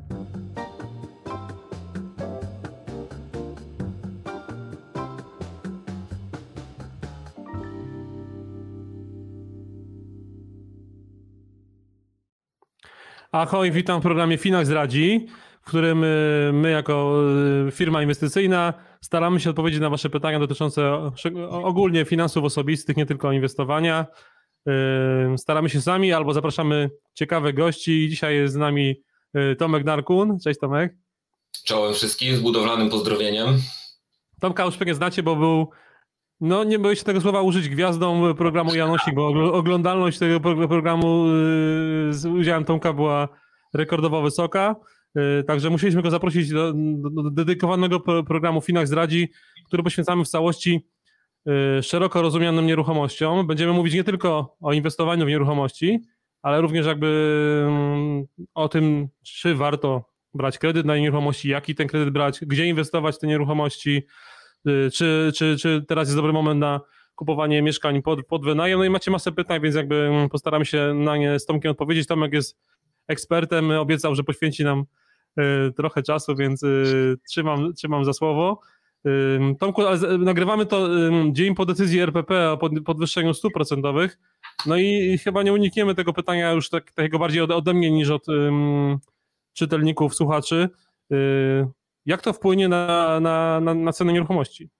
Ahoj, witam w programie Finax Radzi, w którym my jako firma inwestycyjna staramy się odpowiedzieć na wasze pytania dotyczące ogólnie finansów osobistych, nie tylko inwestowania. Staramy się sami albo zapraszamy ciekawych gości. Dzisiaj jest z nami Tomek Narkun. Cześć Tomek. Czołem wszystkim z budowlanym pozdrowieniem. Tomka już pewnie znacie, bo był, no nie boję się tego słowa użyć, gwiazdą programu Janosik, bo oglądalność tego programu z udziałem Tomka była rekordowo wysoka. Także musieliśmy go zaprosić do dedykowanego programu Finax Radzi, który poświęcamy w całości szeroko rozumianym nieruchomościom. Będziemy mówić nie tylko o inwestowaniu w nieruchomości, ale również jakby o tym, czy warto brać kredyt na nieruchomości, jaki ten kredyt brać, gdzie inwestować w te nieruchomości, czy teraz jest dobry moment na kupowanie mieszkań pod wynajem. No i macie masę pytań, więc jakby postaramy się na nie z Tomkiem odpowiedzieć. Tomek jest ekspertem, obiecał, że poświęci nam trochę czasu, więc trzymam za słowo. Tomku, ale nagrywamy to dzień po decyzji RPP o podwyższeniu stóp procentowych, no i chyba nie unikniemy tego pytania już takiego bardziej ode mnie niż od czytelników, słuchaczy. Jak to wpłynie na cenę nieruchomości?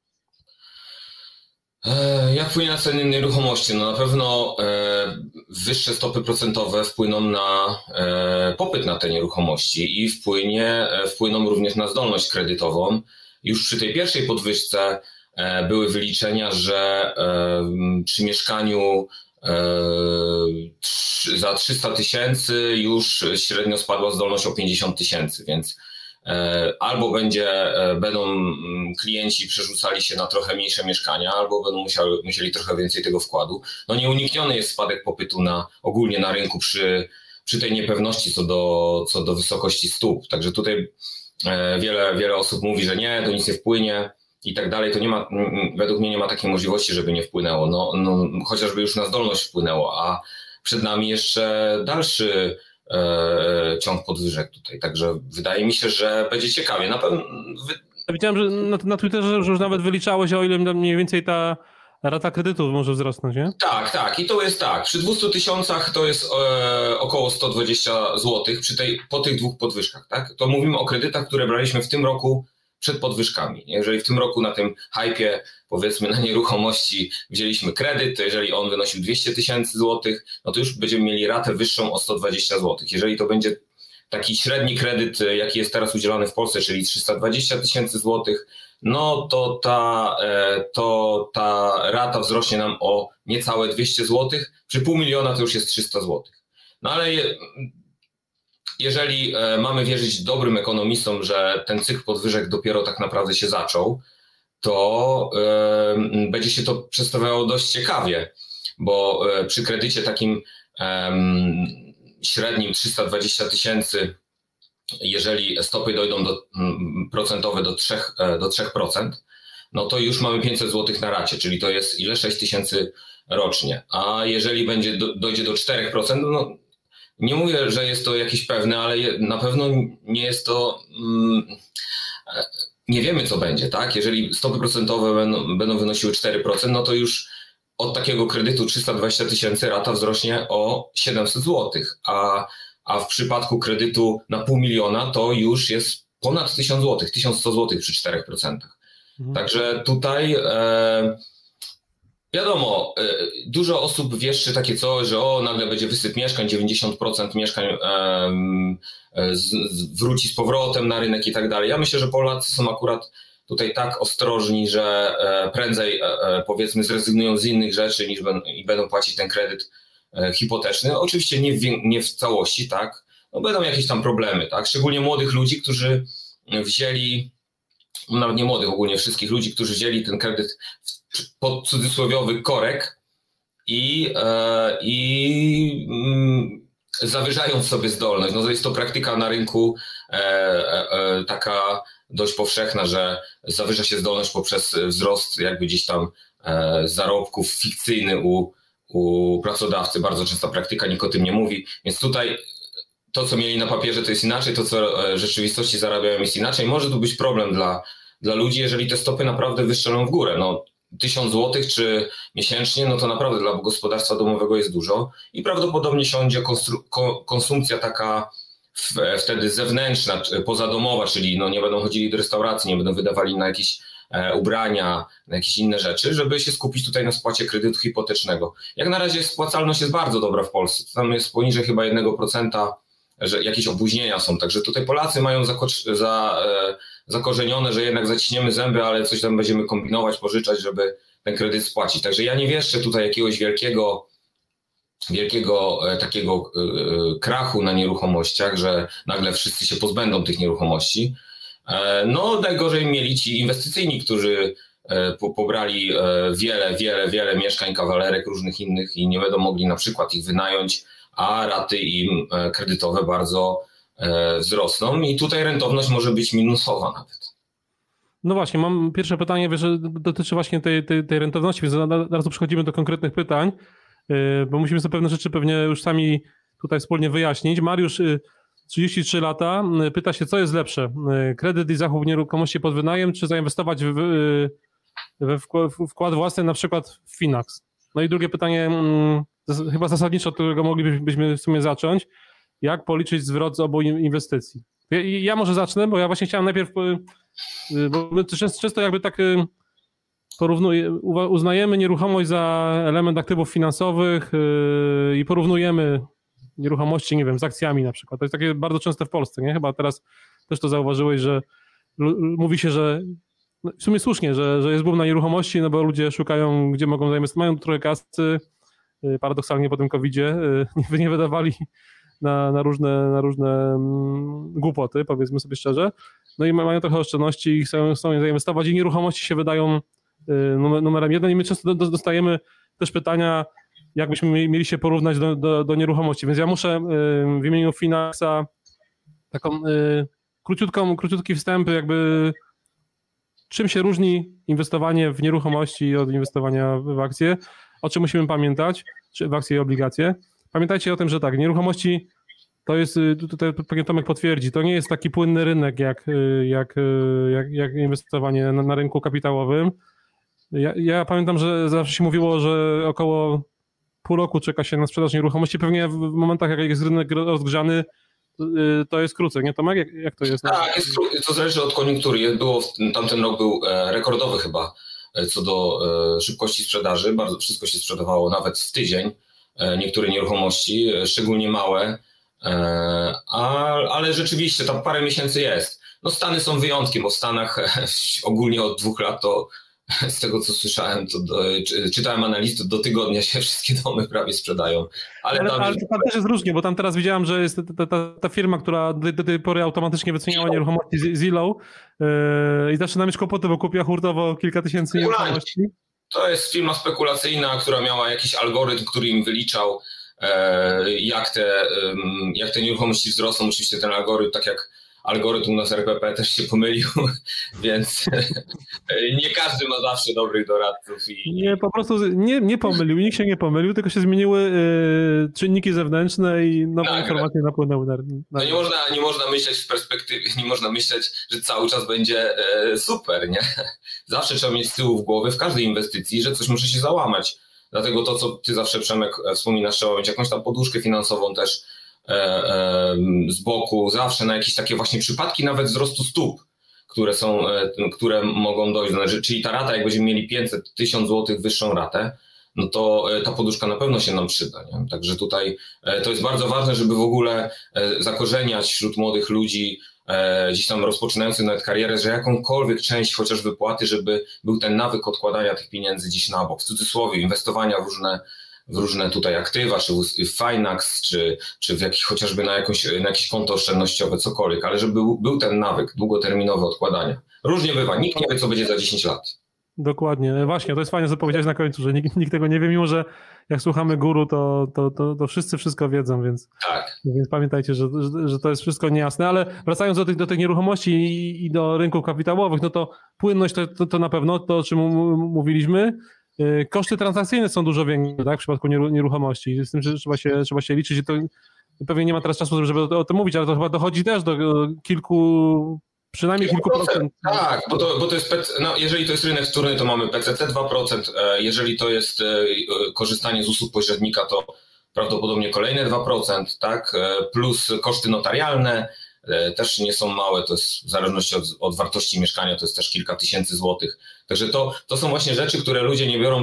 Jak wpłynie na ceny nieruchomości? No na pewno wyższe stopy procentowe wpłyną na popyt na te nieruchomości i wpłyną również na zdolność kredytową. Już przy tej pierwszej podwyżce były wyliczenia, że przy mieszkaniu za 300 000 już średnio spadła zdolność o 50 000, więc albo będą klienci przerzucali się na trochę mniejsze mieszkania, albo będą musieli trochę więcej tego wkładu. No nieunikniony jest spadek popytu ogólnie na rynku przy tej niepewności co do wysokości stóp. Także tutaj wiele osób mówi, że nie, to nic nie wpłynie i tak dalej. To nie ma, według mnie nie ma takiej możliwości, żeby nie wpłynęło. No, chociażby już na zdolność wpłynęło, a przed nami jeszcze dalszy ciąg podwyżek tutaj. Także wydaje mi się, że będzie ciekawie. Na pewno. Widziałem, że na Twitterze że już nawet wyliczałeś, o ile mniej więcej ta rata kredytów może wzrosnąć, nie? Tak. I to jest tak. Przy 200 000 to jest około 120 zł po tych dwóch podwyżkach. Tak? To mówimy o kredytach, które braliśmy w tym roku przed podwyżkami. Jeżeli w tym roku na tym hypie, powiedzmy na nieruchomości wzięliśmy kredyt, to jeżeli on wynosił 200 000 złotych, no to już będziemy mieli ratę wyższą o 120 zł. Jeżeli to będzie taki średni kredyt, jaki jest teraz udzielany w Polsce, czyli 320 000 złotych, no to ta rata wzrośnie nam o niecałe 200 złotych. Przy 500 000 to już jest 300 złotych. No ale jeżeli mamy wierzyć dobrym ekonomistom, że ten cykl podwyżek dopiero tak naprawdę się zaczął, to będzie się to przedstawiało dość ciekawie, bo przy kredycie takim średnim 320 000, jeżeli stopy dojdą procentowe do 3%, no to już mamy 500 zł na racie, czyli to jest ile? 6 000 rocznie. A jeżeli dojdzie do 4%, no nie mówię, że jest to jakieś pewne, ale na pewno nie jest to, nie wiemy co będzie, tak? Jeżeli stopy procentowe będą wynosiły 4%, no to już od takiego kredytu 320 000 rata wzrośnie o 700 zł, a w przypadku kredytu na 500 000 to już jest ponad 1000 zł, 1100 zł przy 4%. Także tutaj wiadomo, dużo osób wieszczy takie coś, że nagle będzie wysyp mieszkań, 90% mieszkań wróci z powrotem na rynek i tak dalej. Ja myślę, że Polacy są akurat tutaj tak ostrożni, że prędzej powiedzmy zrezygnują z innych rzeczy i będą płacić ten kredyt hipoteczny. Oczywiście nie w całości, tak? No będą jakieś tam problemy, tak? Szczególnie młodych ludzi, którzy wzięli, nawet nie młodych, ogólnie wszystkich ludzi, którzy wzięli ten kredyt pod cudzysłowiowy korek i zawyżają w sobie zdolność. No to jest to praktyka na rynku taka dość powszechna, że zawyża się zdolność poprzez wzrost jakby gdzieś tam zarobków fikcyjny u pracodawcy. Bardzo częsta praktyka, nikt o tym nie mówi, więc tutaj to, co mieli na papierze, to jest inaczej, to, co w rzeczywistości zarabiają, jest inaczej. Może tu być problem dla ludzi, jeżeli te stopy naprawdę wystrzelą w górę. No, 1000 zł czy miesięcznie, no to naprawdę dla gospodarstwa domowego jest dużo i prawdopodobnie siądzie konsumpcja taka wtedy zewnętrzna, pozadomowa, czyli no nie będą chodzili do restauracji, nie będą wydawali na jakieś ubrania, na jakieś inne rzeczy, żeby się skupić tutaj na spłacie kredytu hipotecznego. Jak na razie spłacalność jest bardzo dobra w Polsce, tam jest poniżej chyba 1%, że jakieś opóźnienia są, także tutaj Polacy mają zakorzenione, że jednak zaciśniemy zęby, ale coś tam będziemy kombinować, pożyczać, żeby ten kredyt spłacić. Także ja nie wieszczę tutaj jakiegoś wielkiego takiego krachu na nieruchomościach, że nagle wszyscy się pozbędą tych nieruchomości. No najgorzej mieli ci inwestycyjni, którzy pobrali wiele mieszkań, kawalerek różnych innych i nie będą mogli na przykład ich wynająć, a raty im kredytowe bardzo wzrosną i tutaj rentowność może być minusowa nawet. No właśnie, mam pierwsze pytanie, wiesz, że dotyczy właśnie tej rentowności, więc zaraz tu przechodzimy do konkretnych pytań, bo musimy sobie pewne rzeczy pewnie już sami tutaj wspólnie wyjaśnić. Mariusz, 33 lata, pyta się, co jest lepsze, kredyt i zakup nieruchomości pod wynajem, czy zainwestować we wkład własny, na przykład w Finax? No i drugie pytanie, chyba zasadniczo, od którego moglibyśmy w sumie zacząć, jak policzyć zwrot z obu inwestycji? Ja może zacznę, bo ja właśnie chciałem najpierw, bo my często jakby tak uznajemy nieruchomość za element aktywów finansowych i porównujemy nieruchomości, nie wiem, z akcjami na przykład. To jest takie bardzo częste w Polsce, nie? Chyba teraz też to zauważyłeś, że mówi się, że w sumie słusznie, że jest boom na nieruchomości, no bo ludzie szukają, gdzie mogą zainwestować, mają trochę kasy, paradoksalnie po tym COVID-zie nie wydawali na różne głupoty, powiedzmy sobie szczerze, no i mają trochę oszczędności i chcą je zainwestować i nieruchomości się wydają numerem 1 i my często dostajemy też pytania, jakbyśmy mieli się porównać do nieruchomości, więc ja muszę w imieniu Finaxa taką króciutki wstęp, jakby czym się różni inwestowanie w nieruchomości od inwestowania w akcje, o czym musimy pamiętać, czy w akcje i obligacje. Pamiętajcie o tym, że tak, nieruchomości to jest, tutaj pewnie Tomek potwierdzi, to nie jest taki płynny rynek jak inwestowanie na rynku kapitałowym. Ja pamiętam, że zawsze się mówiło, że około pół roku czeka się na sprzedaż nieruchomości. Pewnie w momentach, jak jest rynek rozgrzany, to jest krócej, nie Tomek? Jak to jest? Tak, to zależy od koniunktury. Tamten rok był rekordowy chyba co do szybkości sprzedaży. Bardzo wszystko się sprzedawało nawet w tydzień. Niektóre nieruchomości, szczególnie małe, ale rzeczywiście tam parę miesięcy jest. No Stany są wyjątkiem, bo w Stanach ogólnie od 2 lat to z tego co słyszałem, to czytałem analiz, do tygodnia się wszystkie domy prawie sprzedają. Ale tam też jest różnie, bo tam teraz widziałem, że jest ta firma, która do tej pory automatycznie wyceniała nieruchomości Zillow i zaczyna mieć kłopoty, bo kupiła hurtowo kilka tysięcy nieruchomości. To jest firma spekulacyjna, która miała jakiś algorytm, który im wyliczał, jak te nieruchomości wzrosną. Oczywiście ten algorytm, tak jak algorytm u nas RPP też się pomylił, więc nie każdy ma zawsze dobrych doradców. Nie, po prostu nie pomylił, nikt się nie pomylił, tylko się zmieniły czynniki zewnętrzne i nowe informacje napłynęły. No nie można myśleć w perspektywie, nie można myśleć, że cały czas będzie super, nie? Zawsze trzeba mieć z tyłu w głowie w każdej inwestycji, że coś musi się załamać. Dlatego to, co ty zawsze, Przemek, wspominasz, trzeba mieć jakąś tam poduszkę finansową też z boku, zawsze na jakieś takie właśnie przypadki nawet wzrostu stóp, które mogą dojść. Czyli ta rata, jak będziemy mieli 500 000 złotych wyższą ratę, no to ta poduszka na pewno się nam przyda. Nie? Także tutaj to jest bardzo ważne, żeby w ogóle zakorzeniać wśród młodych ludzi, gdzieś tam rozpoczynających nawet karierę, że jakąkolwiek część chociaż wypłaty, żeby był ten nawyk odkładania tych pieniędzy gdzieś na bok, w cudzysłowie, inwestowania w różne tutaj aktywa, czy w Finax, czy w chociażby na jakieś konto oszczędnościowe, cokolwiek, ale żeby był ten nawyk długoterminowy odkładania. Różnie bywa, nikt nie wie, co będzie za 10 lat. Dokładnie, właśnie, to jest fajnie, co powiedziałeś na końcu, że nikt tego nie wie, mimo że jak słuchamy guru, to wszyscy wszystko wiedzą, więc, tak. Więc pamiętajcie, że to jest wszystko niejasne, ale wracając do tych nieruchomości i do rynków kapitałowych, no to płynność to na pewno, to o czym mówiliśmy. koszty transakcyjne są dużo większe, tak, w przypadku nieruchomości. Z tym, że trzeba się liczyć i to pewnie nie ma teraz czasu, żeby o tym mówić, ale to chyba dochodzi też do przynajmniej kilku procent. Tak, bo to jest, jeżeli to jest rynek wtórny, to mamy PCC 2%, jeżeli to jest korzystanie z usług pośrednika, to prawdopodobnie kolejne 2%, tak, plus koszty notarialne, też nie są małe, to jest w zależności od wartości mieszkania, to jest też kilka tysięcy złotych. Także to są właśnie rzeczy, które ludzie nie biorą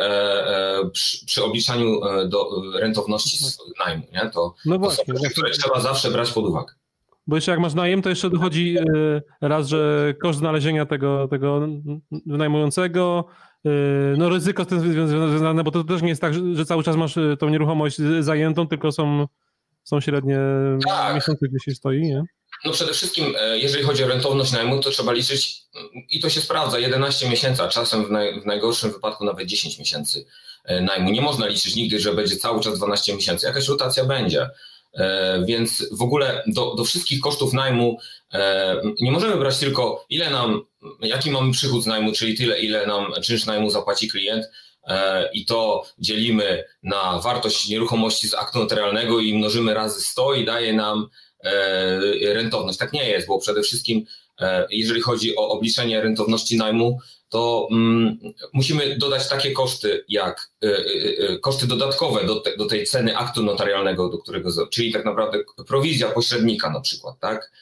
przy obliczaniu do rentowności najmu. Nie? To są rzeczy, które trzeba zawsze brać pod uwagę. Bo jeszcze jak masz najem, to jeszcze dochodzi raz, że koszt znalezienia tego wynajmującego, no ryzyko z tym związane, bo to też nie jest tak, że cały czas masz tą nieruchomość zajętą, tylko są średnie miesiące, gdzie się stoi, nie? No przede wszystkim, jeżeli chodzi o rentowność najmu, to trzeba liczyć, i to się sprawdza, 11 miesięcy, a czasem w najgorszym wypadku nawet 10 miesięcy najmu. Nie można liczyć nigdy, że będzie cały czas 12 miesięcy. Jakaś rotacja będzie. Więc w ogóle do wszystkich kosztów najmu nie możemy brać tylko jaki mamy przychód z najmu, czyli tyle, ile nam czynsz najmu zapłaci klient, i to dzielimy na wartość nieruchomości z aktu notarialnego i mnożymy razy 100 i daje nam rentowność. Tak nie jest, bo przede wszystkim jeżeli chodzi o obliczenie rentowności najmu, to musimy dodać takie koszty jak koszty dodatkowe do tej ceny aktu notarialnego, czyli tak naprawdę prowizja pośrednika na przykład, tak?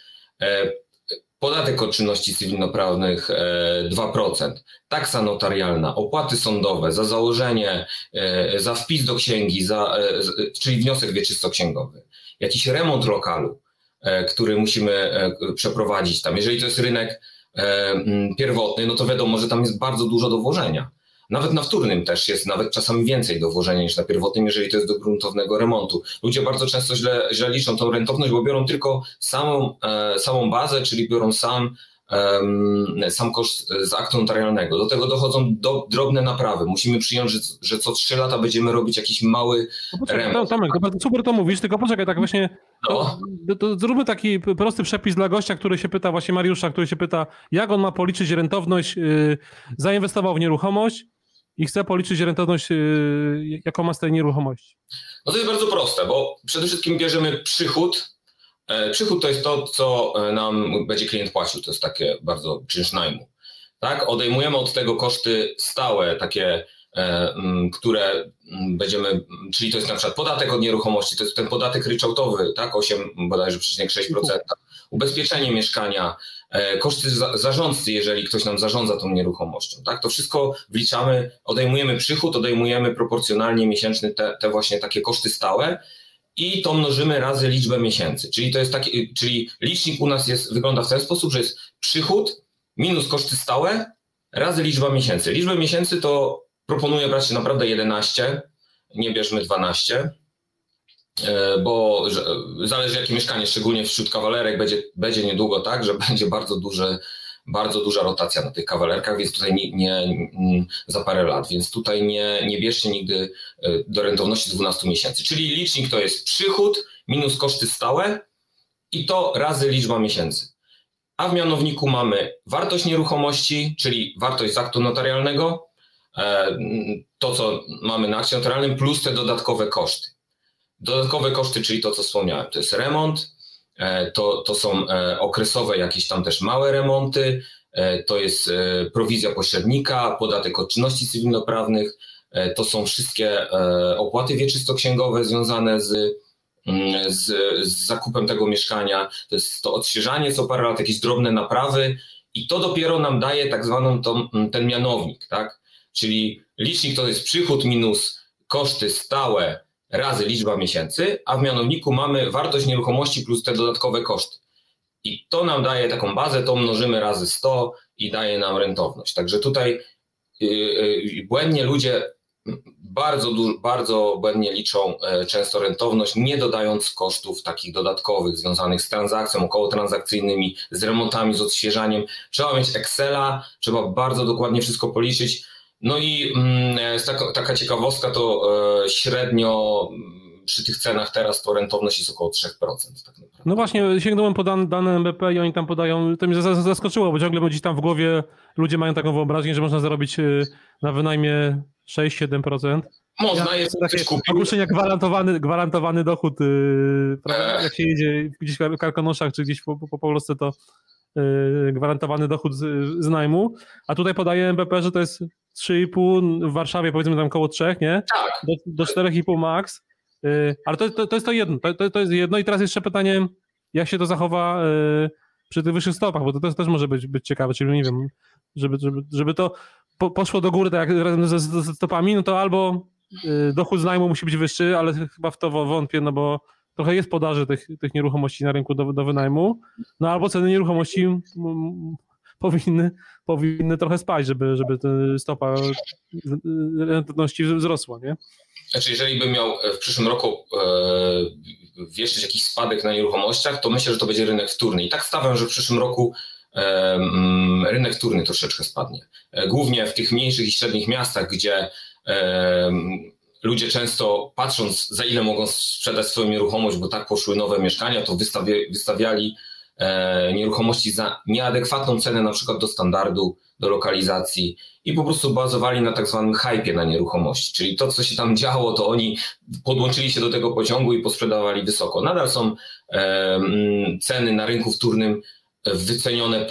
Podatek od czynności cywilnoprawnych 2%, taksa notarialna, opłaty sądowe za założenie, za wpis do księgi, czyli wniosek wieczystoksięgowy, jakiś remont lokalu, który musimy przeprowadzić tam. Jeżeli to jest rynek pierwotny, no to wiadomo, że tam jest bardzo dużo do włożenia. Nawet na wtórnym też jest nawet czasami więcej do włożenia niż na pierwotnym, jeżeli to jest do gruntownego remontu. Ludzie bardzo często źle liczą tą rentowność, bo biorą tylko samą bazę, czyli biorą sam koszt z aktu notarialnego. Do tego dochodzą drobne naprawy. Musimy przyjąć, że co 3 lata będziemy robić jakiś mały remont. Tomek, super to mówisz, tylko poczekaj, tak właśnie to zróbmy taki prosty przepis dla gościa, który się pyta, właśnie Mariusza, który się pyta, jak on ma policzyć rentowność, zainwestował w nieruchomość i chce policzyć rentowność, jaką ma z tej nieruchomości. No to jest bardzo proste, bo przede wszystkim bierzemy przychód. Przychód to jest to, co nam będzie klient płacił, to jest takie bardzo czynsz najmu. Tak? Odejmujemy od tego koszty stałe, takie, które będziemy, czyli to jest na przykład podatek od nieruchomości, to jest ten podatek ryczałtowy, tak? 8,6%, ubezpieczenie mieszkania, koszty zarządcy, jeżeli ktoś nam zarządza tą nieruchomością. Tak? To wszystko wliczamy, odejmujemy przychód, odejmujemy proporcjonalnie miesięczny te właśnie takie koszty stałe, i to mnożymy razy liczbę miesięcy. Czyli to jest czyli licznik u nas wygląda w ten sposób, że jest przychód minus koszty stałe razy liczba miesięcy. Liczbę miesięcy to proponuję brać naprawdę 11, nie bierzmy 12, bo zależy jakie mieszkanie, szczególnie wśród kawalerek będzie niedługo tak, że będzie bardzo duża rotacja na tych kawalerkach, więc tutaj nie za parę lat, więc tutaj nie bierzcie nigdy do rentowności 12 miesięcy. Czyli licznik to jest przychód minus koszty stałe i to razy liczba miesięcy. A w mianowniku mamy wartość nieruchomości, czyli wartość z aktu notarialnego, to co mamy na akcie notarialnym, plus te dodatkowe koszty. Dodatkowe koszty, czyli to co wspomniałem, to jest remont, to są okresowe jakieś tam też małe remonty, to jest prowizja pośrednika, podatek od czynności cywilnoprawnych, to są wszystkie opłaty wieczystoksięgowe związane z zakupem tego mieszkania, to jest to odświeżanie co parę lat, jakieś drobne naprawy i to dopiero nam daje tak zwaną ten mianownik, tak? Czyli licznik to jest przychód minus koszty stałe razy liczba miesięcy, a w mianowniku mamy wartość nieruchomości plus te dodatkowe koszty. I to nam daje taką bazę, to mnożymy razy 100 i daje nam rentowność. Także tutaj błędnie ludzie bardzo błędnie liczą często rentowność, nie dodając kosztów takich dodatkowych związanych z transakcją, okołotransakcyjnymi, z remontami, z odświeżaniem. Trzeba mieć Excela, trzeba bardzo dokładnie wszystko policzyć. No i taka ciekawostka to średnio przy tych cenach teraz to rentowność jest około 3%. Tak naprawdę. No właśnie, sięgnąłem po dane NBP i oni tam podają, to mnie zaskoczyło, bo ciągle gdzieś tam w głowie ludzie mają taką wyobraźnię, że można zarobić na wynajmie 6-7%. Można, jest takie ogłoszenia gwarantowany dochód, prawda? Jak się jedzie gdzieś w Karkonoszach, czy gdzieś po Polsce, to gwarantowany dochód z najmu, a tutaj podaje NBP, że to jest 3,5, w Warszawie powiedzmy tam koło 3, nie? Tak. Do 4,5 max, ale to jest to jedno, to jest jedno i teraz jeszcze pytanie, jak się to zachowa przy tych wyższych stopach, bo to też może być ciekawe, czyli nie wiem, żeby to poszło do góry tak jak razem ze stopami, no to albo dochód z najmu musi być wyższy, ale chyba w to wątpię, no bo trochę jest podaży tych nieruchomości na rynku do wynajmu, no albo ceny nieruchomości powinny trochę spaść, żeby ta stopa rentowności wzrosła, nie? Znaczy, jeżeli bym miał w przyszłym roku wieszczyć jakiś spadek na nieruchomościach, to myślę, że to będzie rynek wtórny. I tak stawiam, że w przyszłym roku rynek wtórny troszeczkę spadnie. Głównie w tych mniejszych i średnich miastach, gdzie ludzie często patrząc, za ile mogą sprzedać swoją nieruchomość, bo tak poszły nowe mieszkania, to wystawiali nieruchomości za nieadekwatną cenę, na przykład do standardu, do lokalizacji i po prostu bazowali na tak zwanym hypie na nieruchomości. Czyli to, co się tam działo, to oni podłączyli się do tego pociągu i posprzedawali wysoko. Nadal są ceny na rynku wtórnym wycenione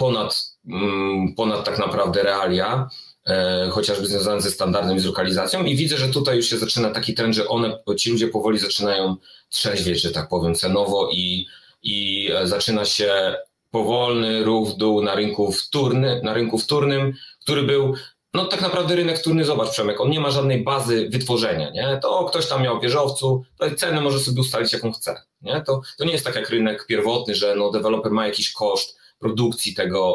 ponad tak naprawdę realia, chociażby związane ze standardem i z lokalizacją i widzę, że tutaj już się zaczyna taki trend, że ci ludzie powoli zaczynają trzeźwieć, że tak powiem, cenowo i zaczyna się powolny ruch w dół na rynku wtórnym, który był, no tak naprawdę rynek wtórny, zobacz Przemek, on nie ma żadnej bazy wytworzenia, nie? To ktoś tam miał wieżowcu, to cenę może sobie ustalić jaką chce, nie? To nie jest tak jak rynek pierwotny, że no deweloper ma jakiś koszt produkcji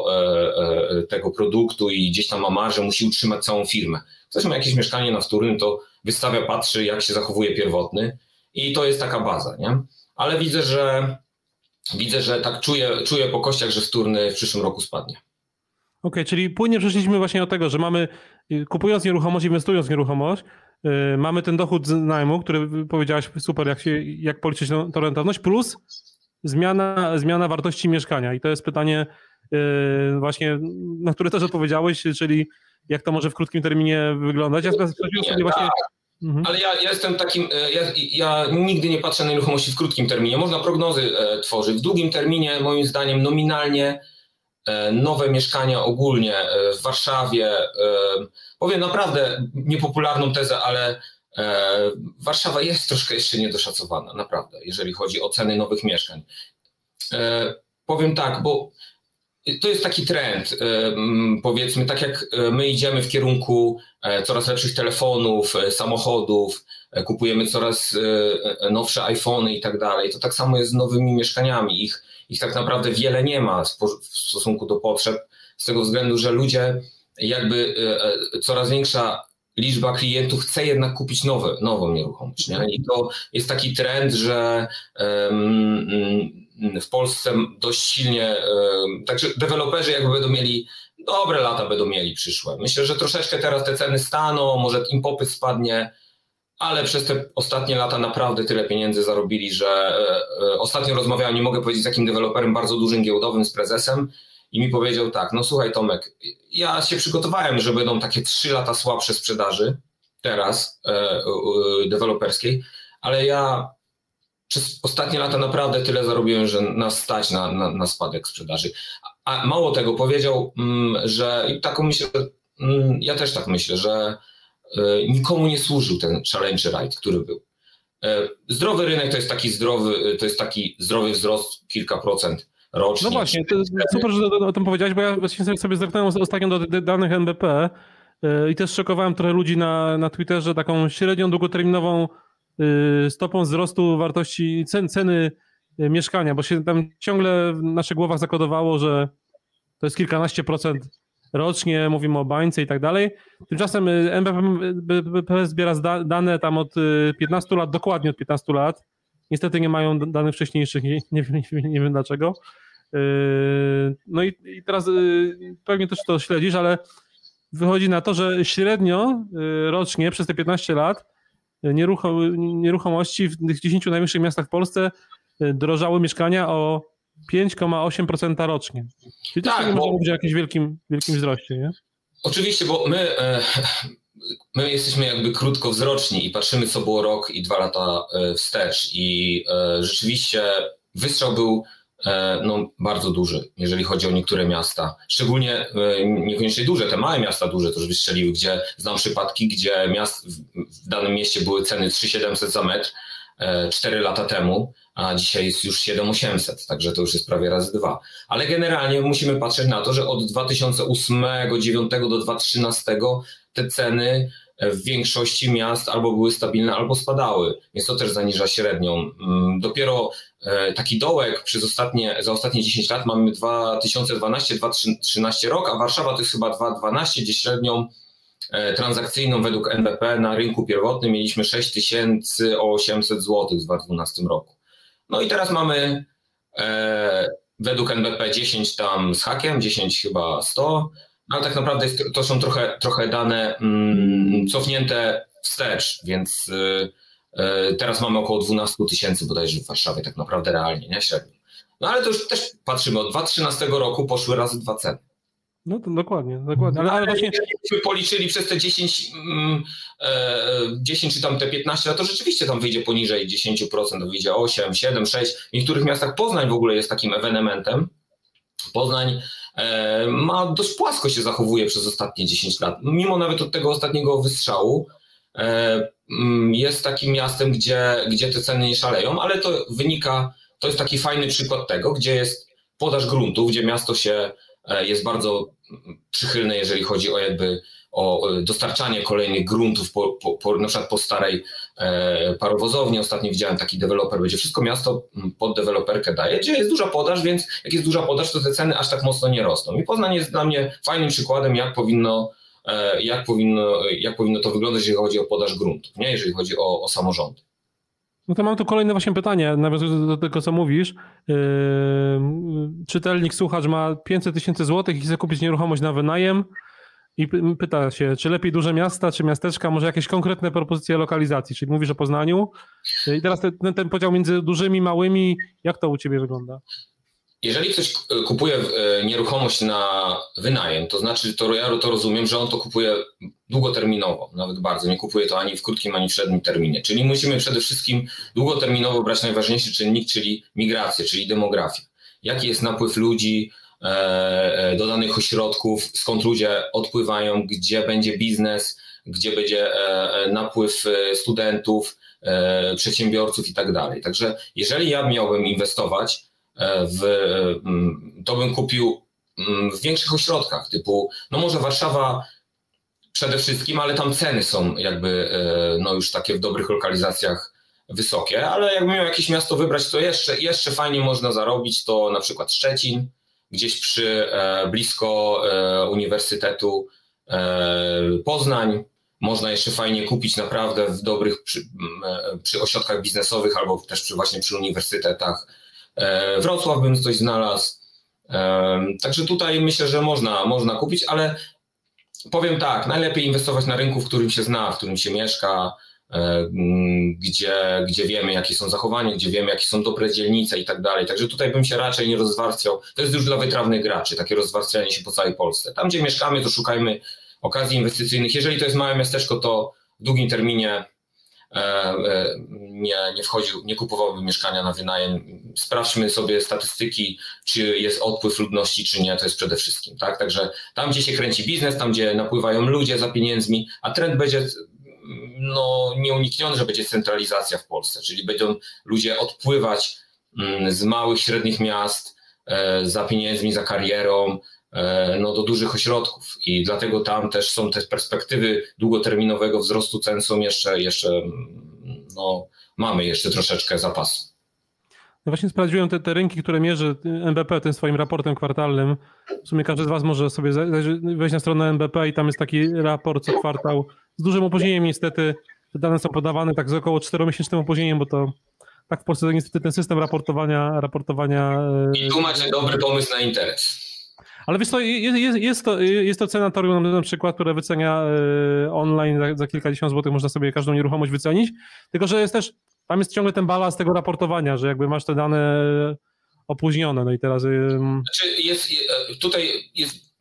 tego produktu i gdzieś tam ma marżę, musi utrzymać całą firmę. Ktoś ma jakieś mieszkanie na wtórnym, to wystawia, patrzy jak się zachowuje pierwotny i to jest taka baza, nie? Ale widzę, że tak czuję po kościach, że wtórny w przyszłym roku spadnie. Okej, czyli płynnie przeszliśmy właśnie od tego, że mamy, kupując nieruchomość, inwestując w nieruchomość, mamy ten dochód z najmu, który powiedziałaś super, jak policzyć tą rentowność, plus zmiana wartości mieszkania. I to jest pytanie właśnie, na które też odpowiedziałeś, czyli jak to może w krótkim terminie wyglądać. Ja sobie właśnie... Ale ja jestem takim, ja nigdy nie patrzę na nieruchomości w krótkim terminie. Można prognozy tworzyć. W długim terminie, moim zdaniem, nominalnie nowe mieszkania ogólnie w Warszawie, powiem naprawdę niepopularną tezę, ale Warszawa jest troszkę jeszcze niedoszacowana, naprawdę, jeżeli chodzi o ceny nowych mieszkań. Powiem tak, bo to jest taki trend, powiedzmy, tak jak my idziemy w kierunku coraz lepszych telefonów, samochodów, kupujemy coraz nowsze iPhony i tak dalej, to tak samo jest z nowymi mieszkaniami. Ich tak naprawdę wiele nie ma w stosunku do potrzeb, z tego względu, że ludzie jakby coraz większa liczba klientów chce jednak kupić nową nieruchomość. Nie? I to jest taki trend, że w Polsce dość silnie, także deweloperzy jakby będą mieli, dobre lata będą mieli przyszłe. Myślę, że troszeczkę teraz te ceny staną, może im popyt spadnie, ale przez te ostatnie lata naprawdę tyle pieniędzy zarobili, że ostatnio rozmawiałem, nie mogę powiedzieć z jakim deweloperem bardzo dużym giełdowym, z prezesem i mi powiedział tak, no słuchaj Tomek, ja się przygotowałem, że będą takie 3 lata słabsze sprzedaży teraz deweloperskiej, ale ja przez ostatnie lata naprawdę tyle zarobiłem, że nas stać na spadek sprzedaży. A mało tego, powiedział, że i taką myślę, ja też tak myślę, że nikomu nie służył ten challenge ride, który był. Zdrowy rynek to jest taki zdrowy wzrost kilka procent rocznie. No właśnie, to super, że o tym powiedziałeś, bo ja właśnie sobie zerknąłem ostatnio do danych NBP i też szokowałem trochę ludzi na Twitterze taką średnią długoterminową stopą wzrostu wartości ceny mieszkania, bo się tam ciągle w naszych głowach zakodowało, że to jest kilkanaście procent rocznie, mówimy o bańce i tak dalej. Tymczasem NBP zbiera dane tam od 15 lat, dokładnie od 15 lat. Niestety nie mają danych wcześniejszych, nie wiem dlaczego. No i teraz pewnie też to śledzisz, ale wychodzi na to, że średnio rocznie przez te 15 lat nieruchomości w tych 10 najwyższych miastach w Polsce drożały mieszkania o 5,8% rocznie. Czyli tak, też nie można mówić o jakimś wielkim wzroście, nie? Oczywiście, bo my my jesteśmy jakby krótkowzroczni i patrzymy, co było rok i 2 lata wstecz i rzeczywiście wystrzał był bardzo duży, jeżeli chodzi o niektóre miasta. Szczególnie niekoniecznie duże, te małe miasta duże też wystrzeliły, gdzie znam przypadki, gdzie w danym mieście były ceny 3700 za metr 4 lata temu, a dzisiaj jest już 7800, także to już jest prawie razy 2. Ale generalnie musimy patrzeć na to, że od 2008-2009 do 2013 te ceny w większości miast albo były stabilne, albo spadały, więc to też zaniża średnią. Dopiero taki dołek za ostatnie 10 lat mamy 2012-2013 rok, a Warszawa to jest chyba 2012, gdzie średnią transakcyjną według NBP na rynku pierwotnym mieliśmy 6800 zł w 2012 roku. No i teraz mamy według NBP 10 tam z hakiem, 10 chyba 100, no ale tak naprawdę to są trochę dane cofnięte wstecz, więc teraz mamy około 12 000 bodajże w Warszawie tak naprawdę realnie, nie średnio. No ale to już też patrzymy, od 2013 roku poszły razy 2 ceny. No to dokładnie. Ale właśnie... Jakbyśmy policzyli przez te 10 czy tam te 15 lat, to rzeczywiście tam wyjdzie poniżej 10%, to wyjdzie 8, 7, 6. W niektórych miastach Poznań w ogóle jest takim ewenementem. Poznań dość płasko się zachowuje przez ostatnie 10 lat. Mimo nawet od tego ostatniego wystrzału jest takim miastem, gdzie te ceny nie szaleją, ale to jest taki fajny przykład tego, gdzie jest podaż gruntów, gdzie miasto jest bardzo przychylne, jeżeli chodzi o dostarczanie kolejnych gruntów na przykład po starej parowozowni. Ostatnio widziałem taki deweloper, będzie wszystko miasto pod deweloperkę daje, gdzie jest duża podaż, więc jak jest duża podaż, to te ceny aż tak mocno nie rosną. I Poznań jest dla mnie fajnym przykładem, jak powinno to wyglądać, jeżeli chodzi o podaż gruntów, nie? Jeżeli chodzi o samorządy. No to mam tu kolejne właśnie pytanie, nawiązując do tego, co mówisz. Czytelnik, słuchacz ma 500 000 złotych i chce kupić nieruchomość na wynajem i pyta się, czy lepiej duże miasta, czy miasteczka, może jakieś konkretne propozycje lokalizacji, czyli mówisz o Poznaniu. I teraz ten podział między dużymi, małymi, jak to u ciebie wygląda? Jeżeli ktoś kupuje nieruchomość na wynajem, to znaczy, ja to rozumiem, że on to kupuje długoterminowo, nawet bardzo. Nie kupuje to ani w krótkim, ani w średnim terminie. Czyli musimy przede wszystkim długoterminowo brać najważniejszy czynnik, czyli migrację, czyli demografię. Jaki jest napływ ludzi do danych ośrodków, skąd ludzie odpływają, gdzie będzie biznes, gdzie będzie napływ studentów, przedsiębiorców i tak dalej. Także jeżeli ja miałbym inwestować, to bym kupił w większych ośrodkach typu, no może Warszawa przede wszystkim, ale tam ceny są jakby już takie w dobrych lokalizacjach wysokie, ale jakbym miał jakieś miasto wybrać, to jeszcze fajnie można zarobić, to na przykład Szczecin, gdzieś blisko Uniwersytetu, Poznań, można jeszcze fajnie kupić naprawdę w dobrych przy ośrodkach biznesowych albo też właśnie przy uniwersytetach. Wrocław bym coś znalazł. Także tutaj myślę, że można kupić, ale powiem tak, najlepiej inwestować na rynku, w którym się zna, w którym się mieszka, gdzie wiemy, jakie są zachowania, gdzie wiemy, jakie są dobre dzielnice i tak dalej. Także tutaj bym się raczej nie rozwarstwiał. To jest już dla wytrawnych graczy, takie rozwarstwianie się po całej Polsce. Tam, gdzie mieszkamy, to szukajmy okazji inwestycyjnych. Jeżeli to jest małe miasteczko, to w długim terminie nie kupowałbym mieszkania na wynajem. Sprawdźmy sobie statystyki, czy jest odpływ ludności, czy nie, to jest przede wszystkim, tak? Także tam, gdzie się kręci biznes, tam, gdzie napływają ludzie za pieniędzmi, a trend będzie nieunikniony, że będzie centralizacja w Polsce, czyli będą ludzie odpływać z małych, średnich miast za pieniędzmi, za karierą, do dużych ośrodków i dlatego tam też są te perspektywy długoterminowego wzrostu cen są mamy jeszcze troszeczkę zapasu. No właśnie sprawdziłem te rynki, które mierzy NBP tym swoim raportem kwartalnym. W sumie każdy z was może sobie wejść na stronę NBP i tam jest taki raport co kwartał z dużym opóźnieniem niestety. Te dane są podawane tak z około 4-miesięcznym opóźnieniem, bo to tak w Polsce niestety ten system raportowania... I tu macie dobry pomysł na interes. Ale wiesz co, jest to cenatorium na przykład, które wycenia online za kilkadziesiąt złotych, można sobie każdą nieruchomość wycenić, tylko że tam jest ciągle ten balans tego raportowania, że jakby masz te dane opóźnione, no i teraz... Tutaj jest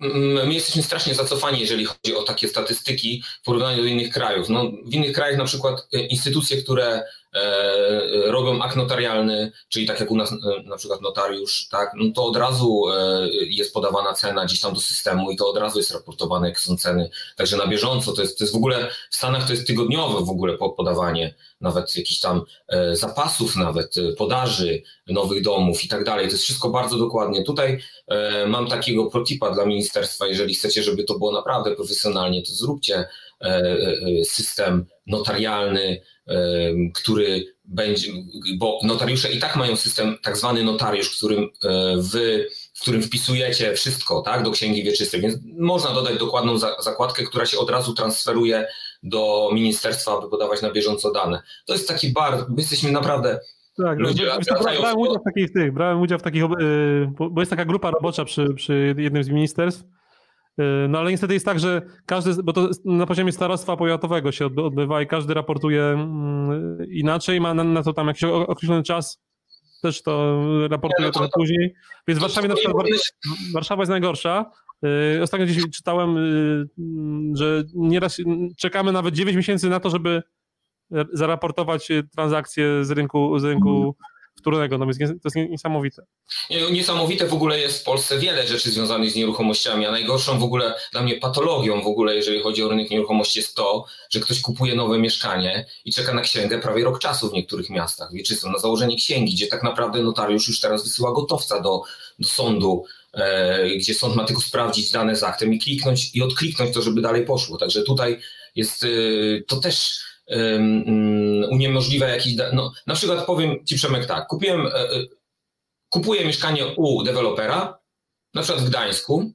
my jesteśmy strasznie zacofani, jeżeli chodzi o takie statystyki w porównaniu do innych krajów. No, w innych krajach na przykład instytucje, które robią akt notarialny, czyli tak jak u nas na przykład notariusz, tak, no to od razu jest podawana cena gdzieś tam do systemu i to od razu jest raportowane, jak są ceny. Także na bieżąco to jest w ogóle, w Stanach to jest tygodniowe w ogóle podawanie nawet jakichś tam zapasów, nawet podaży nowych domów i tak dalej. To jest wszystko bardzo dokładnie. Tutaj mam takiego protipa dla ministerstwa, jeżeli chcecie, żeby to było naprawdę profesjonalnie, to zróbcie system notarialny, który będzie, bo notariusze i tak mają system, tak zwany notariusz, w którym wpisujecie wszystko, tak, do księgi wieczystej, więc można dodać dokładną zakładkę, która się od razu transferuje do ministerstwa, aby podawać na bieżąco dane. To jest taki bardzo, my jesteśmy naprawdę... Tak, ludzie brałem udział w takich, bo jest taka grupa robocza przy jednym z ministerstw. No ale niestety jest tak, że każdy, bo to na poziomie starostwa powiatowego się odbywa i każdy raportuje inaczej, ma na to tam jakiś określony czas, też to raportuje trochę później, więc w Warszawie na przykład Warszawa jest najgorsza. Ostatnio gdzieś czytałem, że nieraz czekamy nawet 9 miesięcy na to, żeby zaraportować transakcje z rynku wtórnego, no więc to jest niesamowite. Niesamowite w ogóle jest w Polsce wiele rzeczy związanych z nieruchomościami, a najgorszą w ogóle dla mnie patologią w ogóle, jeżeli chodzi o rynek nieruchomości, jest to, że ktoś kupuje nowe mieszkanie i czeka na księgę prawie rok czasu w niektórych miastach wieczystą, na założenie księgi, gdzie tak naprawdę notariusz już teraz wysyła gotowca do sądu, gdzie sąd ma tylko sprawdzić dane z aktem i kliknąć i odkliknąć to, żeby dalej poszło. Także tutaj jest to też uniemożliwia jakiś... No, na przykład powiem Ci, Przemek, tak, kupuję mieszkanie u dewelopera, na przykład w Gdańsku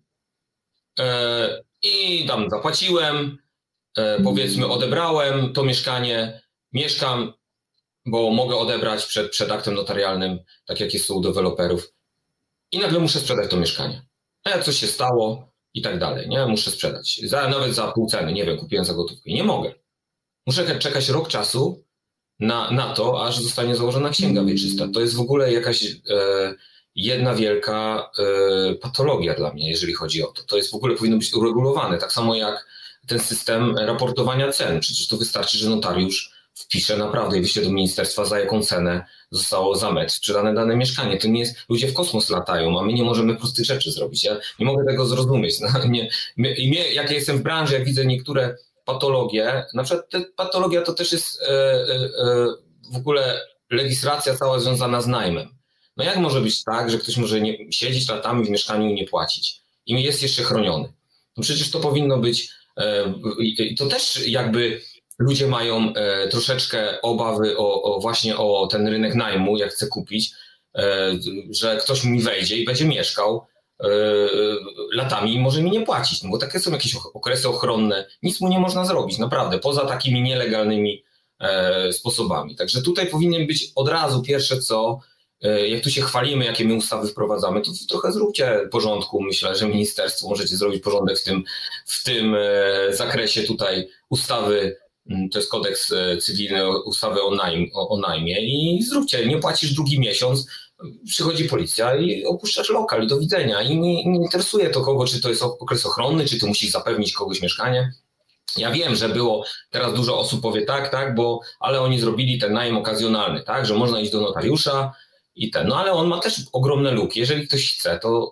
i tam zapłaciłem, powiedzmy odebrałem to mieszkanie, mieszkam, bo mogę odebrać przed aktem notarialnym, tak jak jest u deweloperów i nagle muszę sprzedać to mieszkanie. A jak coś się stało i tak dalej, nie? Muszę sprzedać. Nawet za pół ceny, nie wiem, kupiłem za gotówkę. Nie mogę. Muszę czekać rok czasu na to, aż zostanie założona księga wieczysta. To jest w ogóle jakaś jedna wielka patologia dla mnie, jeżeli chodzi o to. To jest w ogóle powinno być uregulowane. Tak samo jak ten system raportowania cen. Przecież to wystarczy, że notariusz wpisze naprawdę i wyśle do ministerstwa, za jaką cenę zostało za metr sprzedane dane mieszkanie. To nie jest, ludzie w kosmos latają, a my nie możemy prostych rzeczy zrobić. Ja nie mogę tego zrozumieć. No, jak ja jestem w branży, jak widzę niektóre patologie, na przykład patologia to też jest w ogóle legislacja cała związana z najmem. No jak może być tak, że ktoś może siedzieć latami w mieszkaniu i nie płacić i jest jeszcze chroniony? No przecież to powinno być, to też jakby ludzie mają troszeczkę obawy właśnie o ten rynek najmu, jak chce kupić, że ktoś mi wejdzie i będzie mieszkał latami i może mi nie płacić, no bo takie są jakieś okresy ochronne, nic mu nie można zrobić, naprawdę, poza takimi nielegalnymi sposobami. Także tutaj powinien być od razu pierwsze co, jak tu się chwalimy, jakie my ustawy wprowadzamy, to trochę zróbcie porządku. Myślę, że ministerstwo możecie zrobić porządek w tym zakresie tutaj ustawy, to jest kodeks cywilny, ustawy o najmie i zróbcie, nie płacisz drugi miesiąc, przychodzi policja i opuszczasz lokal i do widzenia i nie interesuje to kogo, czy to jest okres ochronny, czy ty musisz zapewnić kogoś mieszkanie. Ja wiem, że było, teraz dużo osób powie tak, ale oni zrobili ten najem okazjonalny, tak, że można iść do notariusza i no ale on ma też ogromne luki, jeżeli ktoś chce, to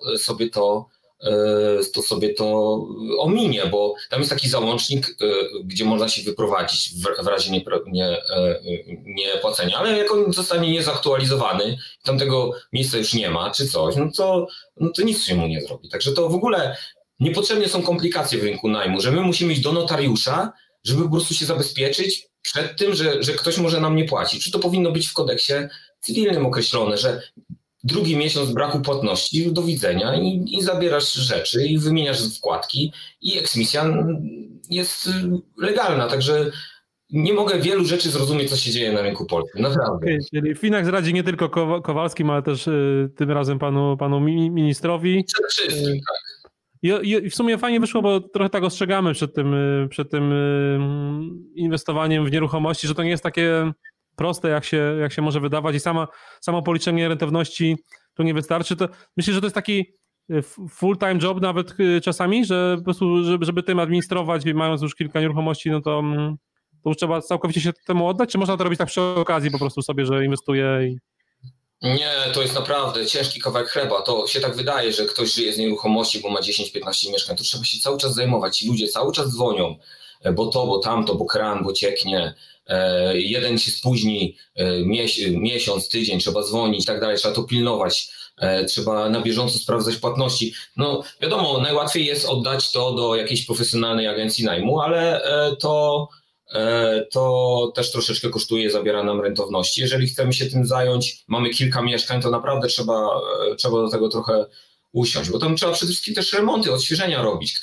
sobie to ominie, bo tam jest taki załącznik, gdzie można się wyprowadzić w razie niepłacenia, ale jak on zostanie niezaktualizowany, tam tego miejsca już nie ma, czy coś, no to nic się mu nie zrobi. Także to w ogóle niepotrzebnie są komplikacje w rynku najmu, że my musimy iść do notariusza, żeby po prostu się zabezpieczyć przed tym, że ktoś może nam nie płacić. Czy to powinno być w kodeksie cywilnym określone, że drugi miesiąc braku płatności, do widzenia i zabierasz rzeczy i wymieniasz wkładki i eksmisja jest legalna, także nie mogę wielu rzeczy zrozumieć, co się dzieje na rynku polskim, naprawdę. Okay, czyli Finax radzi nie tylko Kowalskim, ale też tym razem panu ministrowi. Przede wszystkim, tak. I w sumie fajnie wyszło, bo trochę tak ostrzegamy przed tym inwestowaniem w nieruchomości, że to nie jest takie proste, jak się może wydawać i samo policzenie rentowności to nie wystarczy. To myślę, że to jest taki full-time job nawet czasami, że po prostu, żeby tym administrować, mając już kilka nieruchomości, no to już trzeba całkowicie się temu oddać, czy można to robić tak przy okazji po prostu sobie, że inwestuje i... Nie, to jest naprawdę ciężki kawałek chleba. To się tak wydaje, że ktoś żyje z nieruchomości, bo ma 10-15 mieszkań. To trzeba się cały czas zajmować. Ci ludzie cały czas dzwonią, bo to, bo tamto, bo kran, bo cieknie. Jeden się spóźni miesiąc, tydzień, trzeba dzwonić i tak dalej. Trzeba to pilnować. Trzeba na bieżąco sprawdzać płatności. No wiadomo, najłatwiej jest oddać to do jakiejś profesjonalnej agencji najmu, ale to też troszeczkę kosztuje, zabiera nam rentowności. Jeżeli chcemy się tym zająć, mamy kilka mieszkań, to naprawdę trzeba do tego trochę usiąść, bo tam trzeba przede wszystkim też remonty, odświeżenia robić.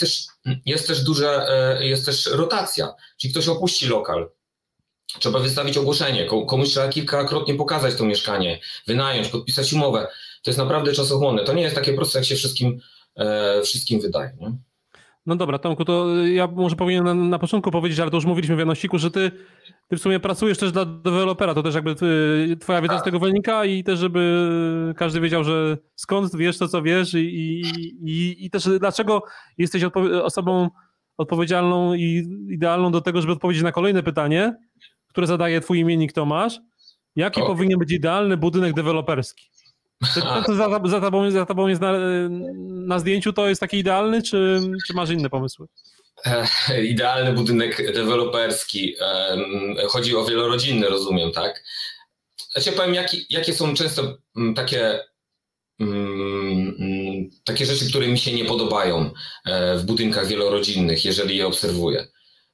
Jest też rotacja, czyli ktoś opuści lokal. Trzeba wystawić ogłoszenie, komuś trzeba kilkakrotnie pokazać to mieszkanie, wynająć, podpisać umowę. To jest naprawdę czasochłonne. To nie jest takie proste, jak się wszystkim wydaje. Nie? No dobra, Tomku, to ja może powinienem na początku powiedzieć, ale to już mówiliśmy w Janosiku, że ty w sumie pracujesz też dla dewelopera, to też jakby twoja wiedza z tego wynika i też żeby każdy wiedział, że skąd wiesz to, co wiesz i też dlaczego jesteś osobą odpowiedzialną i idealną do tego, żeby odpowiedzieć na kolejne pytanie, które zadaje twój imiennik Tomasz. Jaki powinien być idealny budynek deweloperski? To, co za tobą jest na zdjęciu, to jest taki idealny, czy masz inne pomysły? Idealny budynek deweloperski. Chodzi o wielorodzinny, rozumiem, tak? Ja ci powiem, jakie są często takie rzeczy, które mi się nie podobają w budynkach wielorodzinnych, jeżeli je obserwuję.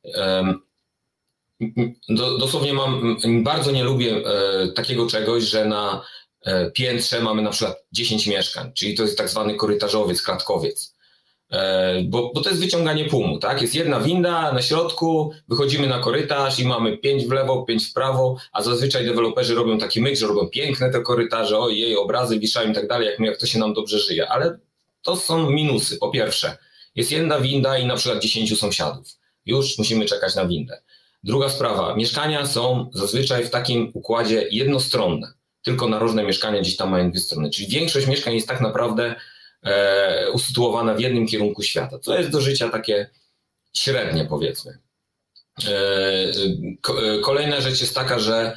Dosłownie bardzo nie lubię takiego czegoś, że na piętrze mamy na przykład 10 mieszkań, czyli to jest tak zwany korytarzowiec, klatkowiec, bo to jest wyciąganie pumu, tak? Jest jedna winda na środku, wychodzimy na korytarz i mamy 5 w lewo, 5 w prawo, a zazwyczaj deweloperzy robią taki myk, że robią piękne te korytarze, ojej, obrazy wiszają i tak dalej, jak to się nam dobrze żyje, ale to są minusy. Po pierwsze, jest jedna winda i na przykład 10 sąsiadów, już musimy czekać na windę. Druga sprawa, mieszkania są zazwyczaj w takim układzie jednostronne. Tylko narożne mieszkania gdzieś tam mają dwie strony. Czyli większość mieszkań jest tak naprawdę usytuowana w jednym kierunku świata. To jest do życia takie średnie, powiedzmy. Kolejna rzecz jest taka, że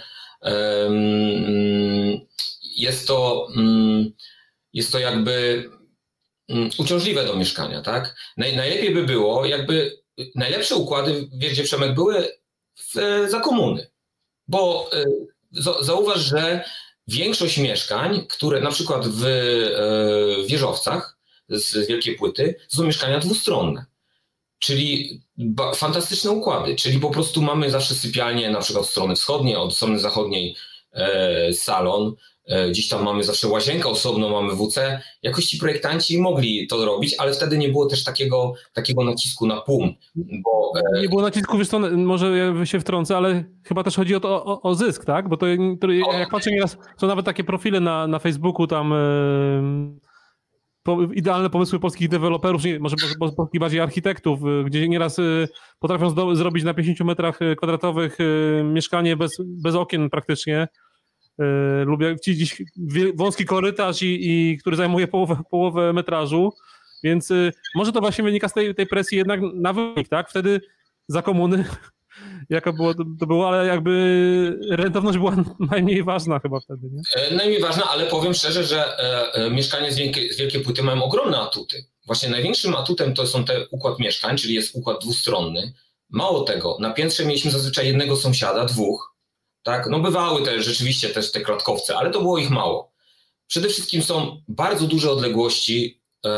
jest to jakby uciążliwe do mieszkania, tak? Najlepiej by było, jakby najlepsze układy, wiesz, gdzie, Przemek, były za komuny. Bo zauważ, że większość mieszkań, które na przykład w wieżowcach z Wielkiej Płyty, są mieszkania dwustronne. Czyli fantastyczne układy. Czyli po prostu mamy zawsze sypialnię na przykład od strony wschodniej, od strony zachodniej salon. Gdzieś tam mamy zawsze łazienkę osobną, mamy WC. Jakoś ci projektanci mogli to robić, ale wtedy nie było też takiego nacisku na PUM. Bo, nie było nacisku, wiesz co, może ja się wtrącę, ale chyba też chodzi o zysk, tak? Bo to jak patrzę nieraz, są nawet takie profile na Facebooku tam idealne pomysły polskich deweloperów, może polskich bardziej architektów, gdzie nieraz potrafią zrobić na 50 metrach kwadratowych mieszkanie bez okien praktycznie. Lubię gdzieś wąski korytarz, który zajmuje połowę metrażu, więc może to właśnie wynika z tej presji jednak na wynik, tak? Wtedy za komuny jaka to było, ale jakby rentowność była najmniej ważna chyba wtedy, nie? Najmniej ważna, ale powiem szczerze, że mieszkania z Wielkiej Płyty mają ogromne atuty. Właśnie największym atutem to są te układ mieszkań, czyli jest układ dwustronny. Mało tego, na piętrze mieliśmy zazwyczaj jednego sąsiada, dwóch, tak? No bywały rzeczywiście też te klatkowce, ale to było ich mało. Przede wszystkim są bardzo duże odległości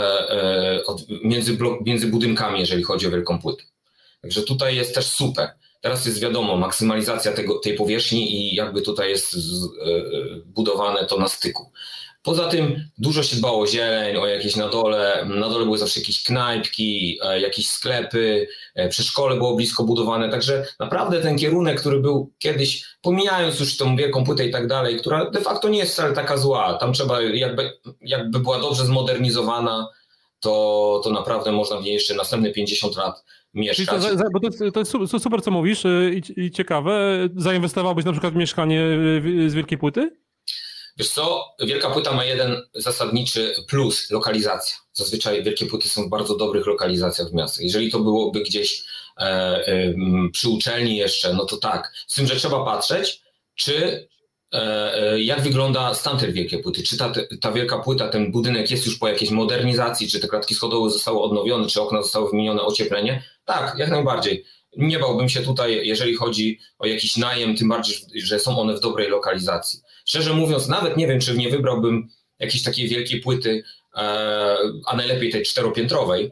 między budynkami, jeżeli chodzi o Wielką Płytę. Także tutaj jest też super. Teraz jest wiadomo, maksymalizacja tej powierzchni i jakby tutaj jest budowane to na styku. Poza tym dużo się dbało o zieleń, o jakieś na dole były zawsze jakieś knajpki, jakieś sklepy, przedszkole było blisko budowane, także naprawdę ten kierunek, który był kiedyś, pomijając już tą Wielką Płytę i tak dalej, która de facto nie jest wcale taka zła, tam trzeba, jakby była dobrze zmodernizowana, to naprawdę można w niej jeszcze następne 50 lat mieszkać. Bo to jest super, co mówisz i ciekawe. Zainwestowałbyś na przykład w mieszkanie z Wielkiej Płyty? Wiesz co, wielka płyta ma jeden zasadniczy plus, lokalizacja. Zazwyczaj wielkie płyty są w bardzo dobrych lokalizacjach w miastach. Jeżeli to byłoby gdzieś przy uczelni jeszcze, no to tak. Z tym, że trzeba patrzeć, czy jak wygląda stan tej wielkiej płyty. Czy ta wielka płyta, ten budynek jest już po jakiejś modernizacji, czy te klatki schodowe zostały odnowione, czy okna zostały wymienione, ocieplenie? Tak, jak najbardziej. Nie bałbym się tutaj, jeżeli chodzi o jakiś najem, tym bardziej, że są one w dobrej lokalizacji. Szczerze mówiąc, nawet nie wiem, czy nie wybrałbym jakiejś takiej wielkiej płyty, a najlepiej tej 4-piętrowej,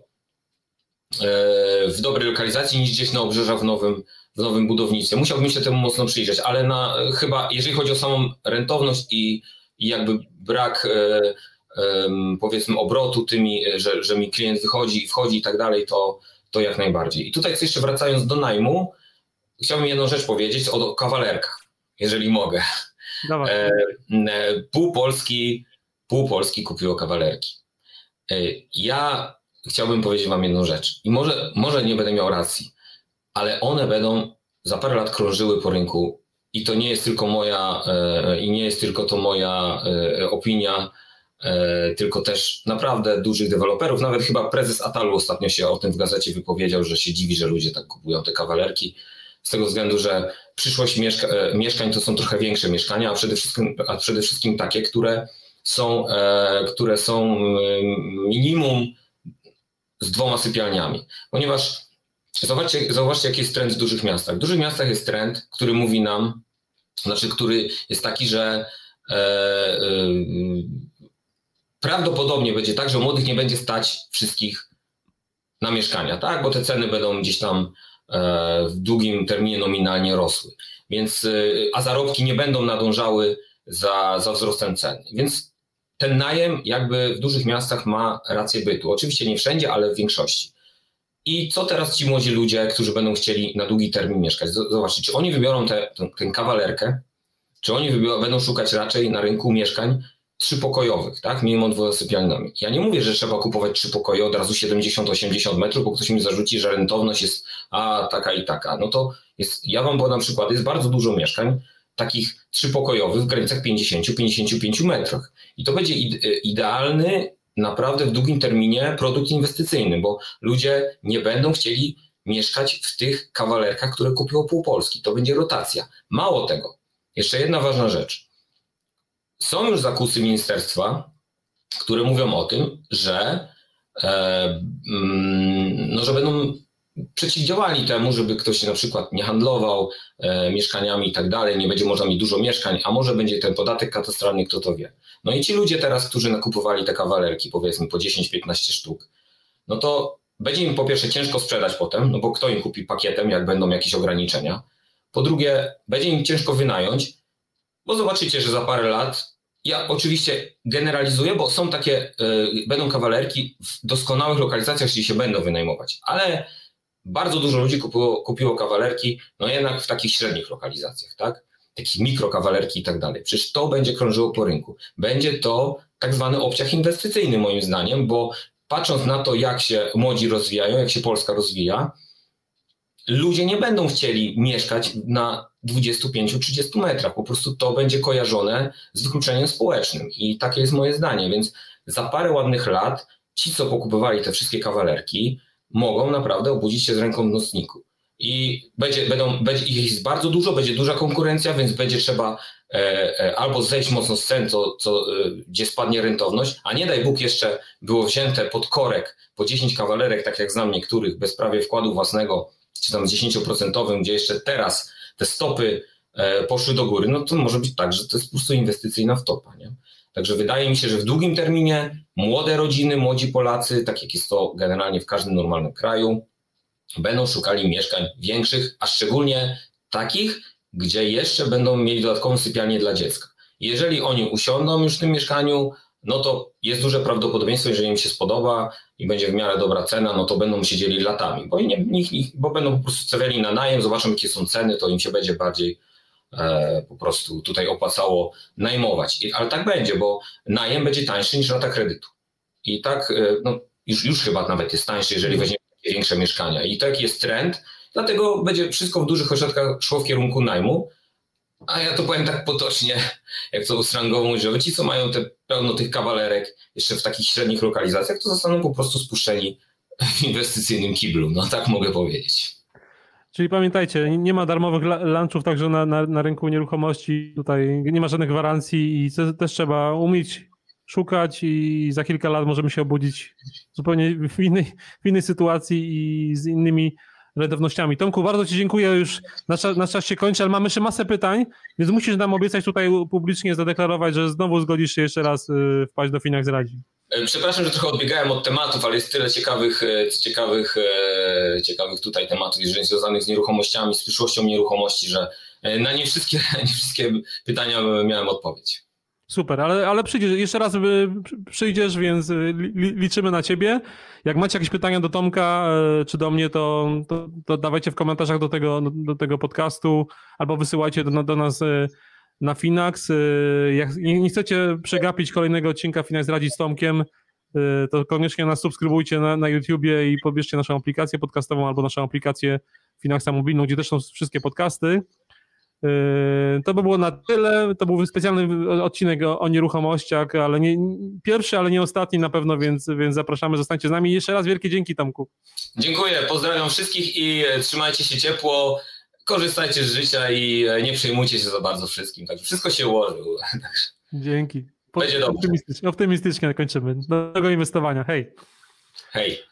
w dobrej lokalizacji niż gdzieś na obrzeżach w nowym budownictwie. Musiałbym się temu mocno przyjrzeć, ale chyba jeżeli chodzi o samą rentowność i jakby brak powiedzmy obrotu tymi, że mi klient wychodzi i wchodzi i tak dalej, to jak najbardziej. I tutaj jeszcze wracając do najmu, chciałbym jedną rzecz powiedzieć o kawalerkach, jeżeli mogę. Pół Polski kupiło kawalerki. Ja chciałbym powiedzieć wam jedną rzecz i może nie będę miał racji, ale one będą za parę lat krążyły po rynku i to nie jest tylko moja opinia, tylko też naprawdę dużych deweloperów. Nawet chyba prezes Atalu ostatnio się o tym w gazecie wypowiedział, że się dziwi, że ludzie tak kupują te kawalerki, z tego względu, że przyszłość mieszkań to są trochę większe mieszkania, a przede wszystkim takie, które są minimum z 2 sypialniami. Ponieważ zauważcie, jaki jest trend w dużych miastach. W dużych miastach jest trend, który mówi nam, który jest taki, że prawdopodobnie będzie tak, że młodych nie będzie stać wszystkich na mieszkania, tak? Bo te ceny będą gdzieś tam w długim terminie nominalnie rosły. A zarobki nie będą nadążały za wzrostem cen. Więc ten najem jakby w dużych miastach ma rację bytu. Oczywiście nie wszędzie, ale w większości. I co teraz ci młodzi ludzie, którzy będą chcieli na długi termin mieszkać? Zobaczcie, czy oni wybiorą tę kawalerkę, czy oni będą szukać raczej na rynku mieszkań 3-pokojowych, tak? Minimum 2-sypialnymi. Ja nie mówię, że trzeba kupować 3 pokoje od razu 70-80 metrów, bo ktoś mi zarzuci, że rentowność jest taka i taka. No to ja wam podam przykład, jest bardzo dużo mieszkań takich 3-pokojowych w granicach 50-55 metrach. I to będzie idealny naprawdę w długim terminie produkt inwestycyjny, bo ludzie nie będą chcieli mieszkać w tych kawalerkach, które kupiło pół Polski. To będzie rotacja. Mało tego. Jeszcze jedna ważna rzecz. Są już zakusy ministerstwa, które mówią o tym, że będą przeciwdziałali temu, żeby ktoś na przykład nie handlował mieszkaniami i tak dalej, nie będzie można mieć dużo mieszkań, a może będzie ten podatek katastralny, kto to wie. No i ci ludzie teraz, którzy nakupowali te kawalerki, powiedzmy po 10-15 sztuk, no to będzie im po pierwsze ciężko sprzedać potem, no bo kto im kupi pakietem, jak będą jakieś ograniczenia. Po drugie, będzie im ciężko wynająć, bo zobaczycie, że za parę lat, ja oczywiście generalizuję, bo są takie, będą kawalerki w doskonałych lokalizacjach, czyli się będą wynajmować, ale bardzo dużo ludzi kupiło kawalerki, no jednak w takich średnich lokalizacjach, tak? Takich mikrokawalerki i tak dalej. Przecież to będzie krążyło po rynku. Będzie to tak zwany obciach inwestycyjny moim zdaniem, bo patrząc na to, jak się młodzi rozwijają, jak się Polska rozwija, ludzie nie będą chcieli mieszkać na 25-30 metrach. Po prostu to będzie kojarzone z wykluczeniem społecznym. I takie jest moje zdanie. Więc za parę ładnych lat ci, co pokupowali te wszystkie kawalerki, mogą naprawdę obudzić się z ręką w nocniku. I będzie ich jest bardzo dużo, będzie duża konkurencja, więc będzie trzeba albo zejść mocno z cen, gdzie spadnie rentowność, a nie daj Bóg jeszcze było wzięte pod korek po 10 kawalerek, tak jak znam niektórych, bez prawie wkładu własnego, czy tam 10%, gdzie jeszcze teraz te stopy poszły do góry, no to może być tak, że to jest po prostu inwestycyjna wtopa, nie? Także wydaje mi się, że w długim terminie młode rodziny, młodzi Polacy, tak jak jest to generalnie w każdym normalnym kraju, będą szukali mieszkań większych, a szczególnie takich, gdzie jeszcze będą mieli dodatkową sypialnię dla dziecka. Jeżeli oni usiądą już w tym mieszkaniu, no to jest duże prawdopodobieństwo, jeżeli im się spodoba i będzie w miarę dobra cena, no to będą siedzieli latami, bo będą po prostu stawiali na najem, zobaczą jakie są ceny, to im się będzie bardziej po prostu tutaj opłacało najmować. Ale tak będzie, bo najem będzie tańszy niż rata kredytu. I tak, no już chyba nawet jest tańszy, jeżeli weźmiemy takie większe mieszkania. I taki jest trend, dlatego będzie wszystko w dużych ośrodkach szło w kierunku najmu. A ja to powiem tak potocznie, jak to slangowo mówię, że ci, co mają pełno tych kawalerek jeszcze w takich średnich lokalizacjach, to zostaną po prostu spuszczeni w inwestycyjnym kiblu. No tak mogę powiedzieć. Czyli pamiętajcie, nie ma darmowych lunchów także na rynku nieruchomości. Tutaj nie ma żadnych gwarancji i też trzeba umieć szukać i za kilka lat możemy się obudzić zupełnie w innej sytuacji i z innymi rentownościami. Tomku, bardzo Ci dziękuję, już nasz czas się kończy, ale mamy jeszcze masę pytań, więc musisz nam obiecać tutaj publicznie zadeklarować, że znowu zgodzisz się jeszcze raz wpaść do Finax Radzi. Przepraszam, że trochę odbiegałem od tematów, ale jest tyle ciekawych tutaj tematów, jeżeli związanych z nieruchomościami, z przyszłością nieruchomości, że na nie wszystkie pytania miałem odpowiedź. Super, ale przyjdziesz, jeszcze raz przyjdziesz, więc liczymy na Ciebie. Jak macie jakieś pytania do Tomka czy do mnie, to dawajcie w komentarzach do tego podcastu albo wysyłajcie do nas na Finax. Jak nie chcecie przegapić kolejnego odcinka Finax Radzi z Tomkiem, to koniecznie nas subskrybujcie na YouTubie i pobierzcie naszą aplikację podcastową albo naszą aplikację Finaxa mobilną, gdzie też są wszystkie podcasty. To by było na tyle. To był specjalny odcinek o nieruchomościach, ale pierwszy, ale nie ostatni na pewno, więc zapraszamy, zostańcie z nami. Jeszcze raz wielkie dzięki, Tomku. Dziękuję, pozdrawiam wszystkich i trzymajcie się ciepło, korzystajcie z życia i nie przejmujcie się za bardzo wszystkim. Także wszystko się ułoży. Dzięki. Będzie dobrze. Optymistycznie kończymy. Do tego inwestowania. Hej. Hej.